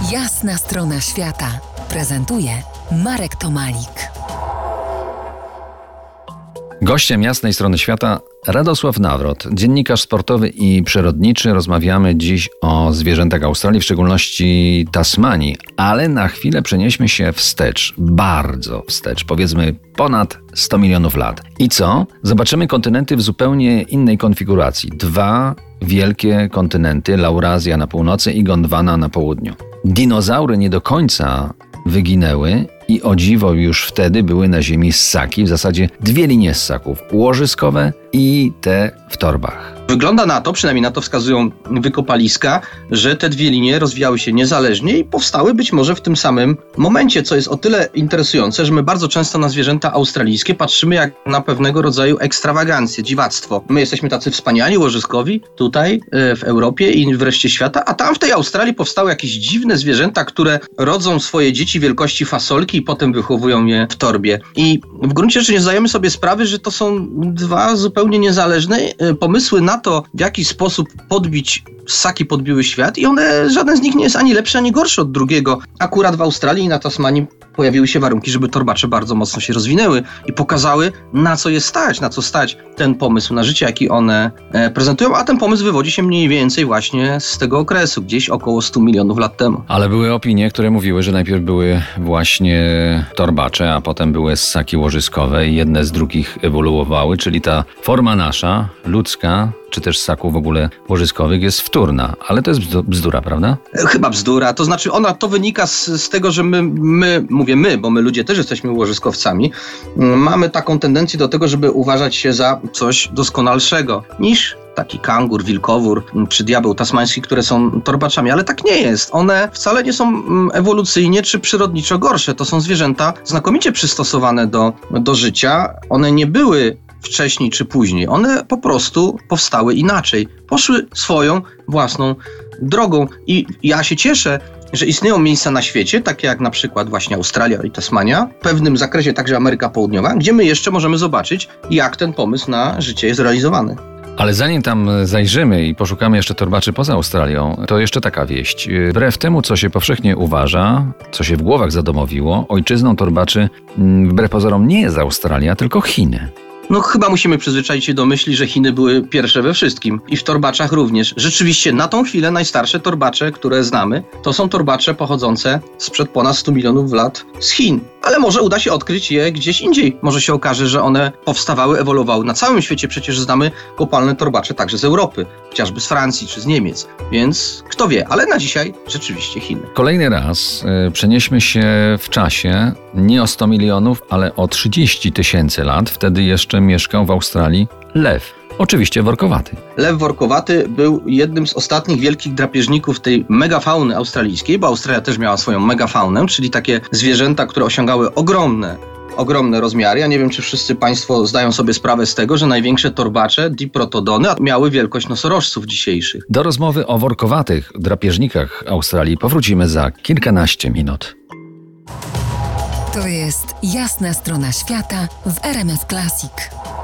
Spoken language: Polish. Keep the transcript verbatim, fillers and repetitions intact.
Jasna strona świata prezentuje Marek Tomalik. Gościem Jasnej Strony Świata Radosław Nawrot, dziennikarz sportowy i przyrodniczy. Rozmawiamy dziś o zwierzętach Australii, w szczególności Tasmanii, ale na chwilę przenieśmy się wstecz, bardzo wstecz, powiedzmy ponad sto milionów lat. I co? Zobaczymy kontynenty w zupełnie innej konfiguracji. Dwa wielkie kontynenty, Laurazja na północy i Gondwana na południu. Dinozaury nie do końca wyginęły i o dziwo już wtedy były na ziemi ssaki, w zasadzie dwie linie ssaków, łożyskowe i te w torbach. Wygląda na to, przynajmniej na to wskazują wykopaliska, że te dwie linie rozwijały się niezależnie i powstały być może w tym samym momencie, co jest o tyle interesujące, że my bardzo często na zwierzęta australijskie patrzymy jak na pewnego rodzaju ekstrawagancję, dziwactwo. My jesteśmy tacy wspaniali, łożyskowi tutaj w Europie i w reszcie świata, a tam w tej Australii powstały jakieś dziwne zwierzęta, które rodzą swoje dzieci wielkości fasolki i potem wychowują je w torbie. I w gruncie rzeczy nie zdajemy sobie sprawy, że to są dwa zupełnie niezależne pomysły na to, w jaki sposób podbić ssaki podbiły świat i one, żaden z nich nie jest ani lepszy, ani gorszy od drugiego. Akurat w Australii i na Tasmanii pojawiły się warunki, żeby torbacze bardzo mocno się rozwinęły i pokazały, na co je stać, na co stać ten pomysł na życie, jaki one e, prezentują, a ten pomysł wywodzi się mniej więcej właśnie z tego okresu, gdzieś około stu milionów lat temu. Ale były opinie, które mówiły, że najpierw były właśnie torbacze, a potem były ssaki łożyskowe i jedne z drugich ewoluowały, czyli ta forma nasza, ludzka, czy też ssaków w ogóle łożyskowych jest wtórna, ale to jest bzdura, prawda? Chyba bzdura, to znaczy ona to wynika z, z tego, że my, my, mówię my, bo my ludzie też jesteśmy łożyskowcami, mamy taką tendencję do tego, żeby uważać się za coś doskonalszego niż taki kangur, wilkowór czy diabeł tasmański, które są torbaczami, ale tak nie jest. One wcale nie są ewolucyjnie czy przyrodniczo gorsze. To są zwierzęta znakomicie przystosowane do, do życia. One nie były wcześniej czy później. One po prostu powstały inaczej. Poszły swoją własną drogą. I ja się cieszę, że istnieją miejsca na świecie, takie jak na przykład właśnie Australia i Tasmania, w pewnym zakresie także Ameryka Południowa, gdzie my jeszcze możemy zobaczyć, jak ten pomysł na życie jest realizowany. Ale zanim tam zajrzymy i poszukamy jeszcze torbaczy poza Australią, to jeszcze taka wieść. Wbrew temu, co się powszechnie uważa, co się w głowach zadomowiło, ojczyzną torbaczy wbrew pozorom nie jest Australia, tylko Chiny. No chyba musimy przyzwyczaić się do myśli, że Chiny były pierwsze we wszystkim i w torbaczach również. Rzeczywiście na tą chwilę najstarsze torbacze, które znamy, to są torbacze pochodzące sprzed ponad stu milionów lat z Chin. Ale może uda się odkryć je gdzieś indziej. Może się okaże, że one powstawały, ewoluowały. Na całym świecie przecież znamy kopalne torbacze także z Europy, chociażby z Francji czy z Niemiec. Więc kto wie, ale na dzisiaj rzeczywiście Chiny. Kolejny raz y, przenieśmy się w czasie nie o sto milionów, ale o trzydzieści tysięcy lat. Wtedy jeszcze mieszkał w Australii lew. Oczywiście workowaty. Lew workowaty był jednym z ostatnich wielkich drapieżników tej megafauny australijskiej, bo Australia też miała swoją megafaunę, czyli takie zwierzęta, które osiągały ogromne, ogromne rozmiary. Ja nie wiem, czy wszyscy Państwo zdają sobie sprawę z tego, że największe torbacze, diprotodony, miały wielkość nosorożców dzisiejszych. Do rozmowy o workowatych drapieżnikach Australii powrócimy za kilkanaście minut. To jest Jasna Strona Świata w R M F Classic.